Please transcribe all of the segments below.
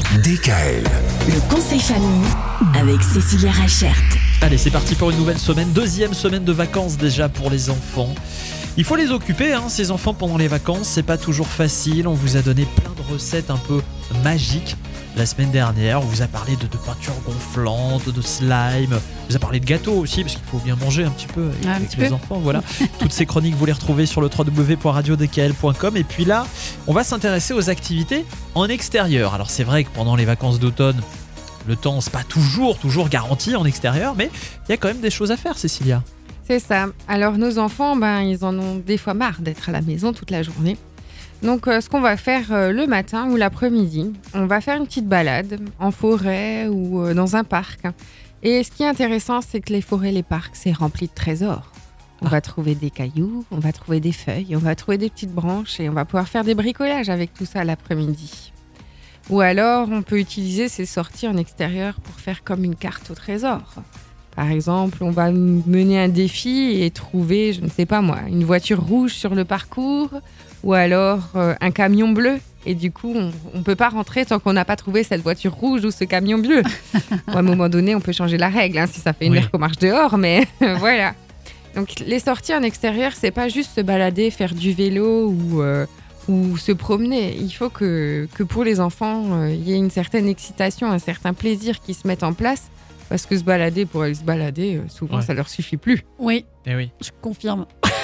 DKL. Le conseil famille avec Cécilia Rachert. Allez, c'est parti pour une nouvelle semaine, deuxième semaine de vacances déjà pour les enfants. Il faut les occuper, ces enfants, pendant les vacances, c'est pas toujours facile. On vous a donné plein de recettes un peu magiques. La semaine dernière, on vous a parlé de peinture gonflante, de slime, on vous a parlé de gâteaux aussi, parce qu'il faut bien manger un petit peu avec les enfants. Voilà. Toutes ces chroniques, vous les retrouvez sur le www.radiodkl.com. Et puis là, on va s'intéresser aux activités en extérieur. Alors c'est vrai que pendant les vacances d'automne, le temps, c'est pas toujours garanti en extérieur, mais il y a quand même des choses à faire, Cécilia. C'est ça. Alors nos enfants, ils en ont des fois marre d'être à la maison toute la journée. Donc ce qu'on va faire le matin ou l'après-midi, on va faire une petite balade en forêt ou dans un parc. Et ce qui est intéressant, c'est que les forêts, les parcs, c'est rempli de trésors. On va trouver des cailloux, on va trouver des feuilles, on va trouver des petites branches et on va pouvoir faire des bricolages avec tout ça l'après-midi. Ou alors, on peut utiliser ces sorties en extérieur pour faire comme une carte au trésor. Par exemple, on va mener un défi et trouver, je ne sais pas moi, une voiture rouge sur le parcours ou alors un camion bleu. Et du coup, on ne peut pas rentrer tant qu'on n'a pas trouvé cette voiture rouge ou ce camion bleu. Bon, à un moment donné, on peut changer la règle, si ça fait une heure qu'on marche dehors, mais voilà. Donc, les sorties en extérieur, c'est pas juste se balader, faire du vélo ou se promener. Il faut que pour les enfants, il y ait une certaine excitation, un certain plaisir qui se mette en place. Parce que se balader pour aller se balader, souvent, ça leur suffit plus. Oui, oui. Je confirme.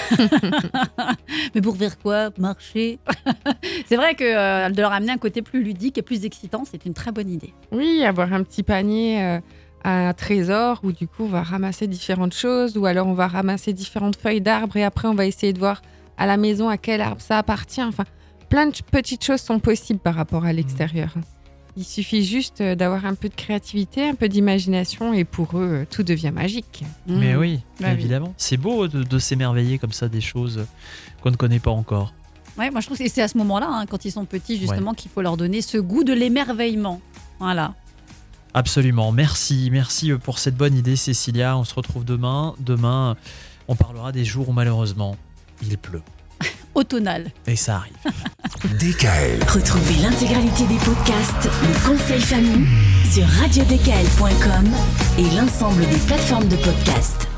Mais pour faire quoi ? Marcher. C'est vrai que de leur amener un côté plus ludique et plus excitant, c'est une très bonne idée. Oui, avoir un petit panier à trésor où du coup, on va ramasser différentes choses ou alors on va ramasser différentes feuilles d'arbres et après, on va essayer de voir à la maison à quel arbre ça appartient. Enfin, plein de petites choses sont possibles par rapport à l'extérieur. Il suffit juste d'avoir un peu de créativité, un peu d'imagination et pour eux, tout devient magique. Mais oui, évidemment. Oui. C'est beau de s'émerveiller comme ça des choses qu'on ne connaît pas encore. Ouais, moi je trouve que c'est à ce moment-là, quand ils sont petits justement, qu'il faut leur donner ce goût de l'émerveillement. Voilà. Absolument. Merci pour cette bonne idée, Cécilia. On se retrouve demain. Demain, on parlera des jours où malheureusement, il pleut. Automnal. Et ça arrive. DKL. Retrouvez l'intégralité des podcasts Le Conseil Famille sur radiodkl.com et l'ensemble des plateformes de podcasts.